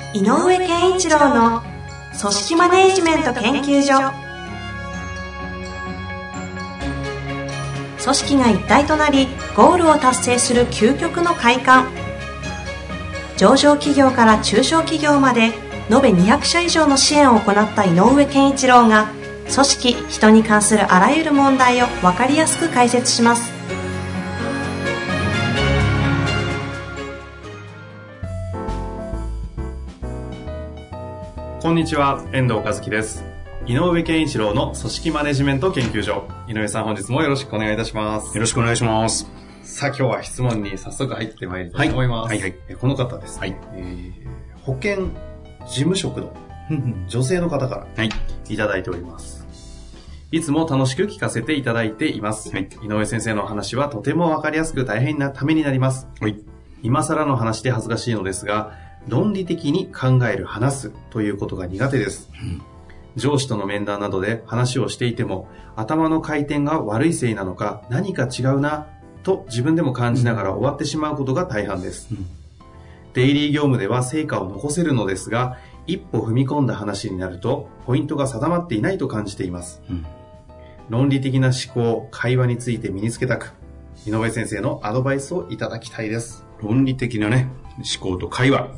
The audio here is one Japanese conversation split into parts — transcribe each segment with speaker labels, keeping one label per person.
Speaker 1: 井上健一郎の組織マネジメント研究所。組織が一体となりゴールを達成する究極の快感。上場企業から中小企業まで延べ200社以上の支援を行った井上健一郎が、組織・人に関するあらゆる問題を分かりやすく解説します。
Speaker 2: こんにちは、遠藤和樹です。井上健一郎の組織マネジメント研究所。井上さん、本日もよろしくお願いいたします。
Speaker 3: よろしくお願いします。
Speaker 2: さあ、今日は質問に早速入ってまいりたいと思います。
Speaker 3: はいはい、
Speaker 2: この方ですね、保険事務職の女性の方からいただいております。いつも楽しく聞かせていただいています。井上先生の話はとてもわかりやすく大変なためになります。今更の話で恥ずかしいのですが、論理的に考える、話すということが苦手です。上司との面談などで話をしていても、頭の回転が悪いせいなのか何か違うなと自分でも感じながら終わってしまうことが大半です。デイリー業務では成果を残せるのですが、一歩踏み込んだ話になるとポイントが定まっていないと感じています。論理的な思考、会話について身につけたく、井上先生のアドバイスをいただきたいです。
Speaker 3: 論理的なね、思考と会話。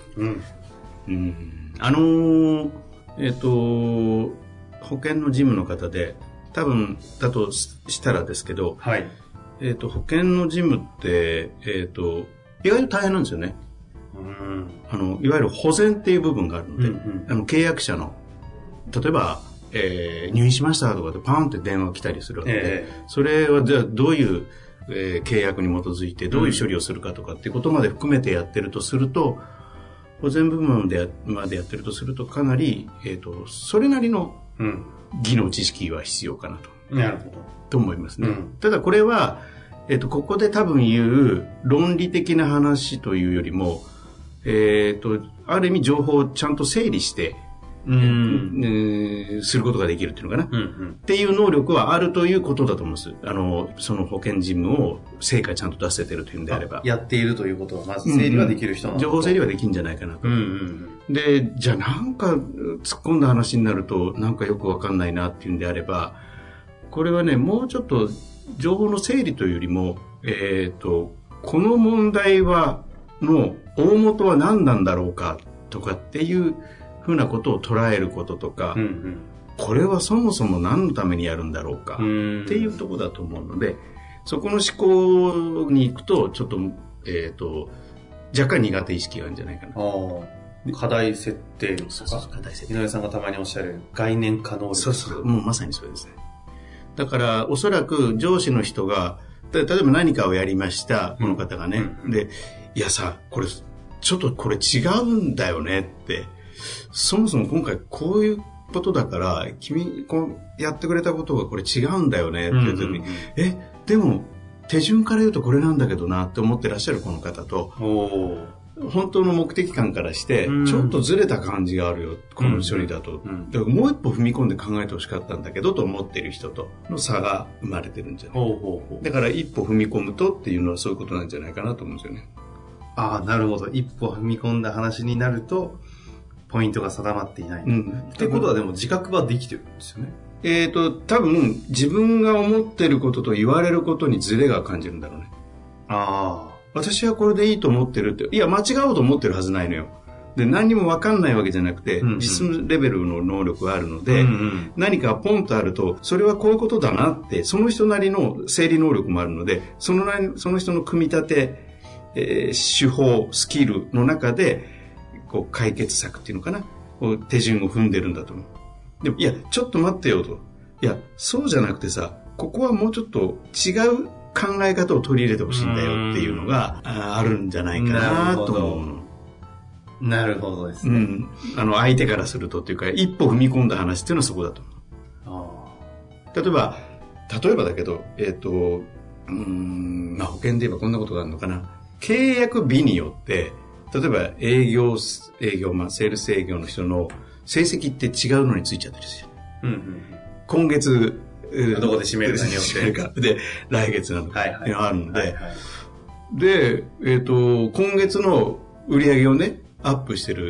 Speaker 3: 保険の事務の方で、多分だとしたらですけど、保険の事務って、意外と大変なんですよね。いわゆる保全っていう部分があるので、契約者の、例えば、入院しましたとかでパーンって電話来たりするわけで、それはじゃあどういう、契約に基づいてどういう処理をするかとかっていうことまで含めてやってるとすると、保全部門までやってるとするとかなり、それなりの技能知識は必要かなと。
Speaker 2: なるほど。
Speaker 3: と思いますね。ただこれは、ここで多分言う論理的な話というよりも、ある意味情報をちゃんと整理して、することができるっていうのかな、っていう能力はあるということだと思うんです。その保険事務を成果ちゃんと出せてるというんであれば。
Speaker 2: やっているということは、まず整理はできる人なの、
Speaker 3: 情報整理はできるんじゃないかなと。で、じゃあなんか突っ込んだ話になると、なんかよくわかんないなっていうんであれば、これはね、もうちょっと情報の整理というよりも、この問題の大元は何なんだろうかとかっていうふうなことを捉えることとか、これはそもそも何のためにやるんだろうかっていうところだと思うので、そこの思考に行くとちょっと、若干苦手意識があるんじゃないかな。
Speaker 2: 課題設定とか、井上さんがたまにおっしゃる概念化能力。
Speaker 3: もうまさにそれですね。だからおそらく上司の人が例えば何かをやりました、この方がね、で、いやさ、ちょっとこれ違うんだよねって、そもそも今回こういうことだから君やってくれたことがこれ違うんだよねって言う時に、でも手順から言うとこれなんだけどなって思ってらっしゃるこの方と、本当の目的感からしてちょっとずれた感じがあるよ、この処理だと、だからもう一歩踏み込んで考えてほしかったんだけどと思っている人との差が生まれてるんじゃないか。だから一歩踏み込むとっていうのはそういうことなんじゃないかなと思うんですよね。
Speaker 2: なるほど。一歩踏み込んだ話になるとポイントが定まっていない。ってことはでも自覚はできてるんですよね。
Speaker 3: 多分自分が思ってることと言われることにズレが感じるんだろうね。私はこれでいいと思ってるって、いや間違おうと思ってるはずないのよ。で、何にも分かんないわけじゃなくて、実務レベルの能力があるので、何かポンとあると、それはこういうことだなって、その人なりの整理能力もあるので、その人の組み立て、手法、スキルの中で、解決策っていうのかな、手順を踏んでるんだと思う。でも、いや、ちょっと待ってよと。いや、そうじゃなくてさ、ここはもうちょっと違う考え方を取り入れてほしいんだよっていうのがあるんじゃないかなと思うの。
Speaker 2: なるほどですね。
Speaker 3: 相手からするとっていうか、一歩踏み込んだ話っていうのはそこだと思う。例えばだけど、保険で言えばこんなことがあるのかな。契約日によって、例えば営業、セールス営業の人の成績って違うのについちゃったりする。今月、
Speaker 2: どこで締めるかによって。
Speaker 3: で、来月なのかっていうのがあるので、で、今月の売り上げをね、アップしてる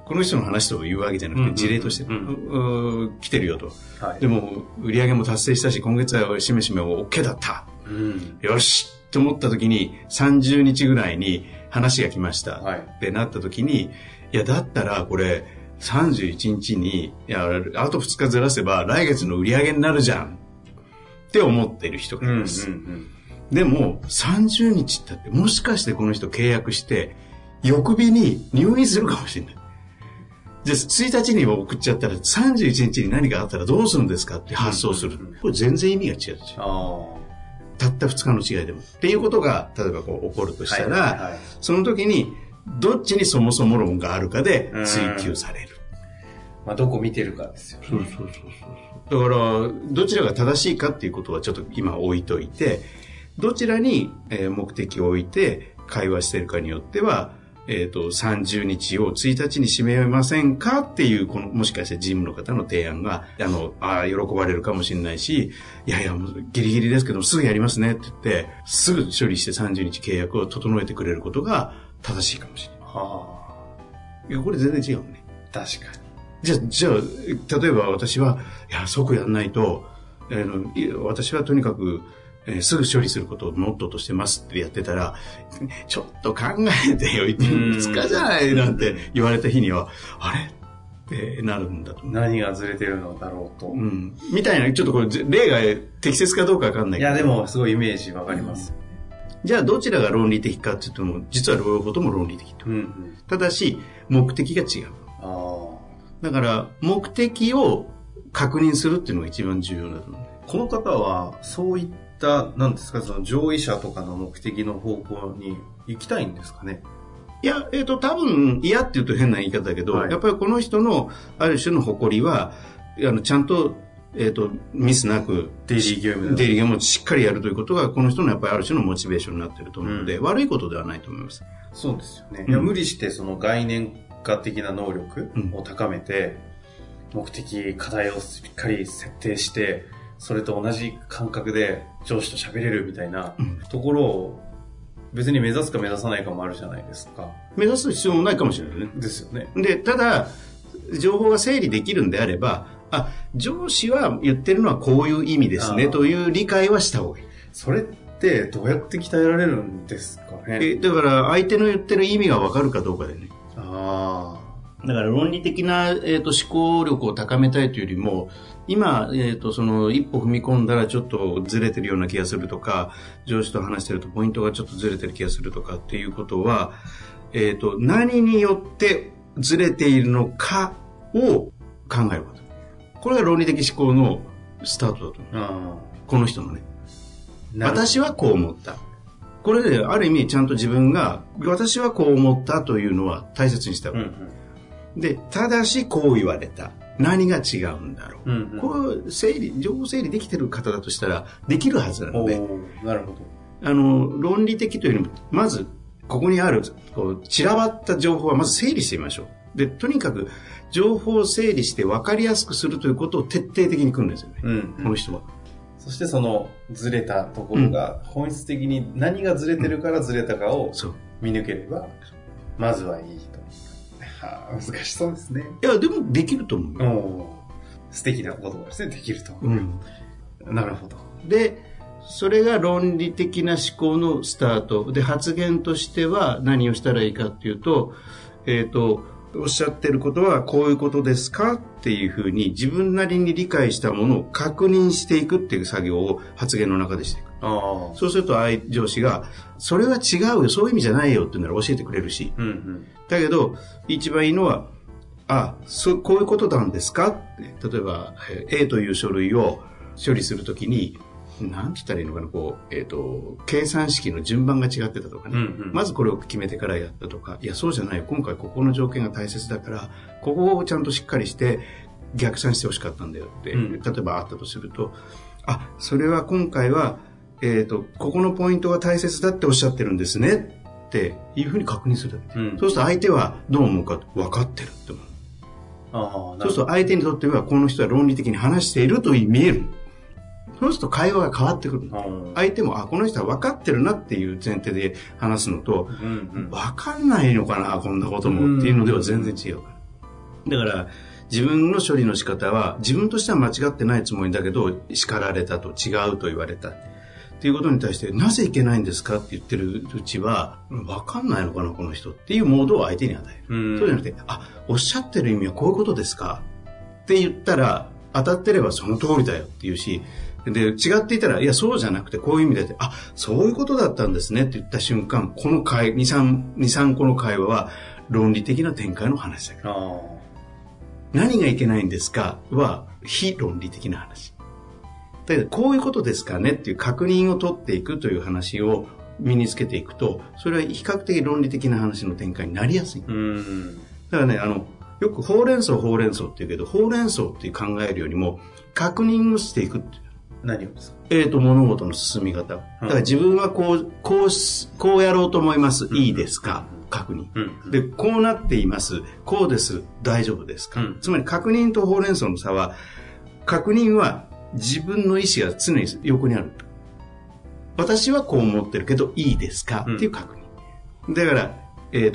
Speaker 3: この人の話と言うわけじゃなくて、事例として、来てるよと。はい、でも、売り上げも達成したし、今月はしめしめ OK だった。よしと思った時に、30日ぐらいに話が来ました。はい、ってなった時に、いや、だったらこれ、31日に、いや、あと2日ずらせば来月の売り上げになるじゃん。って思っている人がいます。でも、30日って、もしかしてこの人契約して、翌日に入院するかもしれない。じゃあ、1日に送っちゃったら、31日に何かあったらどうするんですかって発想する。これ全然意味が違うんですよ。たった2日の違いでも。っていうことが、例えばこう起こるとしたら、その時に、どっちにそもそも論があるかで追求される。
Speaker 2: まあ、どこ見てるかですよね。
Speaker 3: だから、どちらが正しいかっていうことはちょっと今置いといて、どちらに目的を置いて会話しているかによっては、30日を1日に締めませんかっていう、もしかして事務の方の提案が、喜ばれるかもしれないし、いやいや、ギリギリですけど、すぐやりますねって言って、すぐ処理して30日契約を整えてくれることが正しいかもしれない。いや、これ全然違うね。
Speaker 2: 確かに。
Speaker 3: じゃあ、例えば私は、いや、即やんないと、私はとにかく、すぐ処理することをモットーとしてますってやってたら、ちょっと考えてよ、2日じゃないなんて言われた日には、あれってなるんだと。
Speaker 2: 何がずれてるのだろうと。
Speaker 3: みたいな、ちょっとこれ、例が適切かどうかわかんないけど。
Speaker 2: いや、でも、すごいイメージわかります。
Speaker 3: じゃあ、どちらが論理的かって言っても、実は両方とも論理的と。ただし、目的が違う。だから、目的を確認するっていうのが一番重要だと思う。
Speaker 2: この方は、そういった何ですか、その上位者とかの目的の方向に行きたいんですかね。
Speaker 3: いや、多分嫌って言うと変な言い方だけど、やっぱりこの人のある種の誇りは、ちゃんと、ミスなく
Speaker 2: デイリー業
Speaker 3: 務をしっかりやるということがこの人のやっぱりある種のモチベーションになっていると思うので、悪いことではないと思います。
Speaker 2: そうですよね。いや、無理してその概念化的な能力を高めて、目的課題をしっかり設定して、それと同じ感覚で上司と喋れるみたいなところを別に目指すか目指さないかもあるじゃないですか。
Speaker 3: 目指す必要もないかもしれないね。
Speaker 2: ですよね。
Speaker 3: で、ただ情報が整理できるんであれば、上司は言ってるのはこういう意味ですねという理解はした方がいい。
Speaker 2: それってどうやって鍛えられるんですかね。
Speaker 3: だから相手の言ってる意味が分かるかどうかでね。だから論理的な、思考力を高めたいというよりも、今、その一歩踏み込んだらちょっとずれてるような気がするとか、上司と話してるとポイントがちょっとずれてる気がするとかっていうことは、何によってずれているのかを考えること。これが論理的思考のスタートだと思う。この人のね。私はこう思った。これである意味ちゃんと自分が私はこう思ったというのは大切にした方がいい。で、ただしこう言われた。何が違うんだろう。こう情報整理できてる方だとしたらできるはずなので。
Speaker 2: なるほど。
Speaker 3: 論理的というよりも、まずここにある散らばった情報はまず整理してみましょう。で、とにかく情報を整理して分かりやすくするということを徹底的に訓練するね。この人は。
Speaker 2: そしてそのずれたところが本質的に何がずれてるからずれたかを見抜ければ、まずはいいと。難しそうですね。
Speaker 3: いや、でもできると思うよ。
Speaker 2: 素敵な言葉ですね。できると思う。なるほど。
Speaker 3: で、それが論理的な思考のスタート。で、発言としては何をしたらいいかっていうと、おっしゃってることはこういうことですかっていうふうに自分なりに理解したものを確認していくっていう作業を発言の中でしていく。そうすると上司がそれは違うよ、そういう意味じゃないよっていうなら教えてくれるし、だけど一番いいのはこういうことなんですかって、例えば A という書類を処理するときになんて言ったらいいのかな、計算式の順番が違ってたとかね、まずこれを決めてからやったとか、いやそうじゃないよ、今回ここの条件が大切だからここをちゃんとしっかりして逆算してほしかったんだよって、例えばあったとすると、それは今回は、ここのポイントが大切だっておっしゃってるんですねっていうふうに確認するだけ、そうすると相手はどう思うか分かってるって思う。そうすると相手にとってはこの人は論理的に話していると見える。そうすると会話が変わってくる。相手もこの人は分かってるなっていう前提で話すのと、分かんないのかなこんなこともっていうのでは全然違うから。 だから自分の処理の仕方は自分としては間違ってないつもりだけど叱られたと、違うと言われたっていうことに対して、なぜいけないんですかって言ってるうちは、分かんないのかなこの人っていうモードを相手に与える。そうじゃなくて、おっしゃってる意味はこういうことですかって言ったら、当たってればその通りだよっていうし、で違っていたら、いやそうじゃなくてこういう意味でって、そういうことだったんですねって言った瞬間、この2、3個の会話は論理的な展開の話だけど、何がいけないんですかは非論理的な話だけど、こういうことですかねっていう確認を取っていくという話を身につけていくと、それは比較的論理的な話の展開になりやすい。だからね、よくほうれん草って言うけど、ほうれん草っていう考えるよりも確認をしていくっていう。
Speaker 2: 何をですか？
Speaker 3: 物事の進み方。だから自分はこうやろうと思います。いいですか？確認。で、こうなっています。こうです。大丈夫ですか？つまり確認とほうれん草の差は、確認は自分の意思が常に横にある。私はこう思ってるけどいいですか？っていう確認。だから、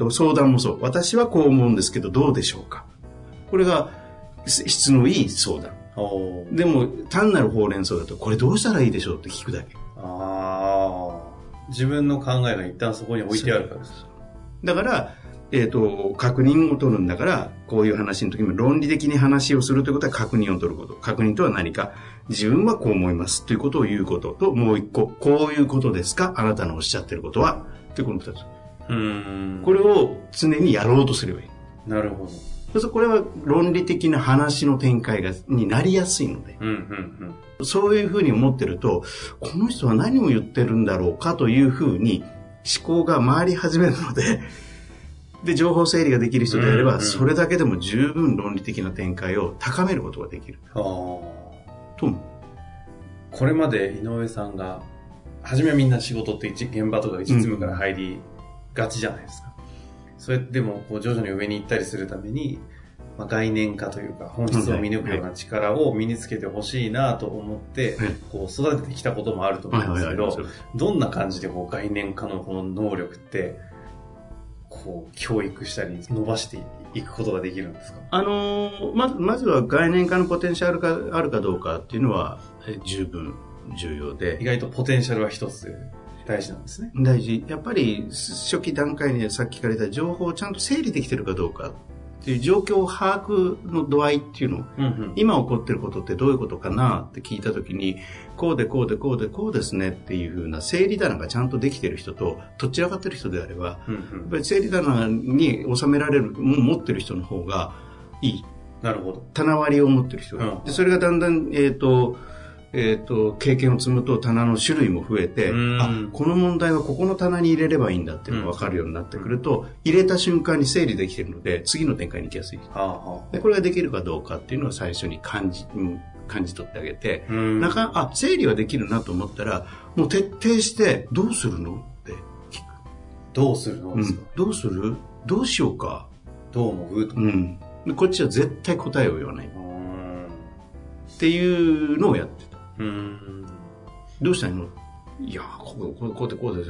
Speaker 3: 相談もそう。私はこう思うんですけどどうでしょうか？これが質のいい相談。でも単なるほうれん草だと、これどうしたらいいでしょうって聞くだけ。
Speaker 2: 自分の考えが一旦そこに置いてあるからです。
Speaker 3: だから、確認を取るんだから、こういう話の時も論理的に話をするということは確認を取ること。確認とは何か、自分はこう思いますということを言うことと、もう一個、こういうことですか、あなたのおっしゃってることは、というこの二つ。これを常にやろうとすればいい。
Speaker 2: なるほど。
Speaker 3: これは論理的な話の展開になりやすいので、そういうふうに思ってると、この人は何を言ってるんだろうかというふうに思考が回り始めるので、で情報整理ができる人であれば、それだけでも十分論理的な展開を高めることができると思う。
Speaker 2: これまで井上さんが初めはみんな仕事って現場とか実務から入りがちじゃないですか。それでもこう徐々に上に行ったりするために、概念化というか本質を見抜くような力を身につけてほしいなと思ってこう育ててきたこともあると思うんですけど、どんな感じでこう概念化のこの能力ってこう教育したり伸ばしていくことができるんですか？
Speaker 3: まずは概念化のポテンシャルがあるかどうかっていうのは十分重要で、
Speaker 2: 意外とポテンシャルは一つ大事なんですね。
Speaker 3: 大事。やっぱり初期段階にさっき聞かれた情報をちゃんと整理できてるかどうかっていう状況把握の度合いっていうのを、今起こってることってどういうことかなって聞いたときに、こうでこうでこうでこうですねっていう風な整理棚がちゃんとできてる人と、どちらかってる人であれば、やっぱり整理棚に収められるものを持ってる人の方がいい。
Speaker 2: なるほど。
Speaker 3: 棚割りを持ってる人が、でそれがだんだん経験を積むと棚の種類も増えて、この問題はここの棚に入れればいいんだっていうのが分かるようになってくると、入れた瞬間に整理できているので次の展開に行きやすい。でこれができるかどうかっていうのは最初に感じ取ってあげて、整理はできるなと思ったら、もう徹底してどうするのって聞く。
Speaker 2: どうするのですか？
Speaker 3: どうする？どうしようか？
Speaker 2: どう思う？と
Speaker 3: でこっちは絶対答えを言わないっていうのをやってた。どうしたいの？いやこうでこうです。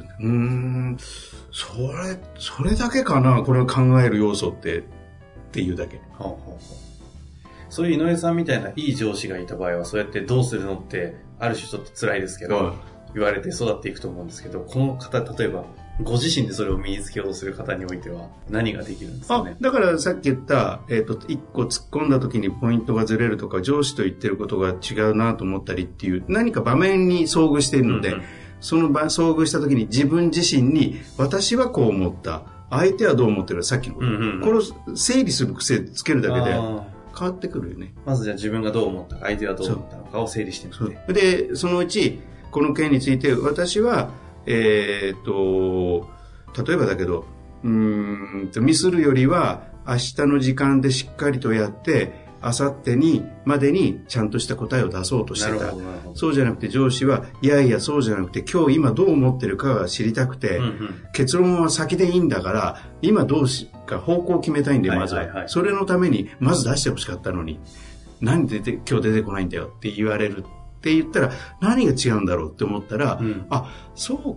Speaker 3: それだけかな、これを考える要素っていうだけ。
Speaker 2: そういう井上さんみたいないい上司がいた場合は、そうやってどうするのってある種ちょっと辛いですけど、言われて育っていくと思うんですけど、この方例えばご自身でそれを身につけようとする方においては何ができるんですかね？
Speaker 3: だからさっき言った、一個突っ込んだ時にポイントがずれるとか、上司と言ってることが違うなと思ったりっていう、何か場面に遭遇しているので、その遭遇した時に自分自身に、私はこう思った、相手はどう思ってる、さっきのこと、これを整理する癖つけるだけで変わってくるよね。
Speaker 2: まずじゃあ自分がどう思ったか、相手はどう思ったのかを整理してみて。
Speaker 3: で、そのうち、この件について、私は、例えばだけど、ミスるよりは明日の時間でしっかりとやって、明後日までにちゃんとした答えを出そうとしてた。そうじゃなくて上司は、いやいやそうじゃなくて、今日今どう思ってるかが知りたくて、結論は先でいいんだから、今どうか方向を決めたいんで、まずは。それのために、まず出してほしかったのに、今日出てこないんだよって言われるって言ったら、何が違うんだろうって思ったら、そうか。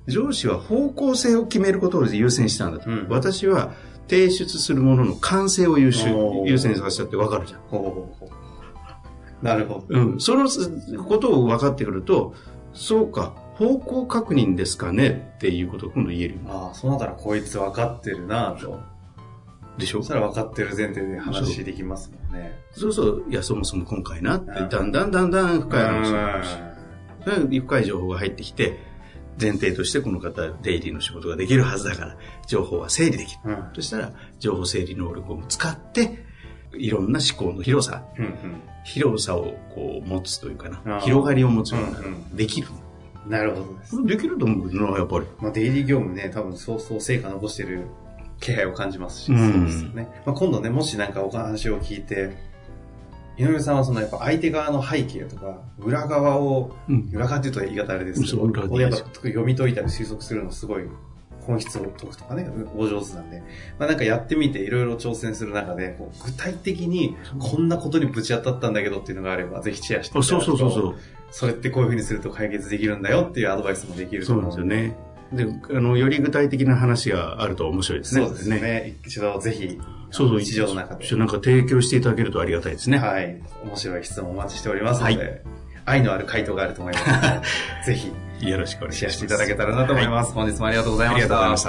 Speaker 3: 上司は方向性を決めることを優先したんだと。私は提出するものの完成を優先させたって分かるじゃん。
Speaker 2: なるほど。
Speaker 3: そのことを分かってくると、そうか、方向確認ですかねっていうことを今度言える。
Speaker 2: そうなったらこいつ分かってるなと。
Speaker 3: でしょ。
Speaker 2: そしたら分かってる前提で話できますもんね。
Speaker 3: そう、いや、そもそも今回なって、だんだん深い話になるし。深い情報が入ってきて、前提としてこの方、出入りの仕事ができるはずだから、情報は整理できる。そしたら、情報整理能力を使って、いろんな思考の広さ、広さをこう持つというかな、広がりを持つような、できる。
Speaker 2: なるほどです。
Speaker 3: できると思うけどな、やっぱり。
Speaker 2: 出入り業務ね、多分そう成果残してる気配を感じますし、そうですよね。今度ね、もしなんかお話を聞いて、井上さんはそのやっぱ相手側の背景とか、裏側を、裏側って言うと言い方あれですけど、やっぱ読み解いたり推測するのすごい本質を解くとかね、お上手なんで、なんかやってみていろいろ挑戦する中で、具体的にこんなことにぶち当たったんだけどっていうのがあれば、ぜひシェアしていただくと、それってこういう風にすると解決できるんだよっていうアドバイスもできると思う。
Speaker 3: そうなんですよね。で、より具体的な話があると面白いですね。
Speaker 2: そうですね。一度ぜひ、日常の中で。
Speaker 3: なんか提供していただけるとありがたいですね。
Speaker 2: はい。面白い質問お待ちしておりますので、愛のある回答があると思いますので、ぜひ、
Speaker 3: よろしくお願いします。
Speaker 2: シェアしていただけたらなと思います。本日もありがとうございました。
Speaker 3: ありがとうございました。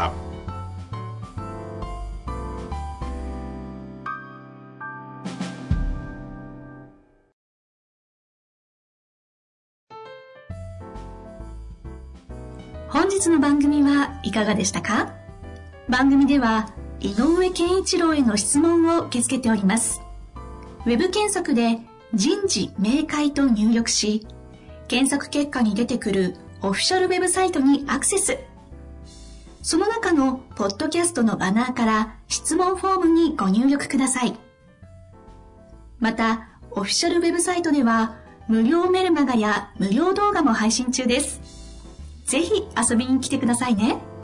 Speaker 4: 本日の番組はいかがでしたか？番組では井上健一郎への質問を受け付けております。ウェブ検索で人事明快と入力し、検索結果に出てくるオフィシャルウェブサイトにアクセス。その中のポッドキャストのバナーから質問フォームにご入力ください。また、オフィシャルウェブサイトでは無料メルマガや無料動画も配信中です。ぜひ遊びに来てくださいね。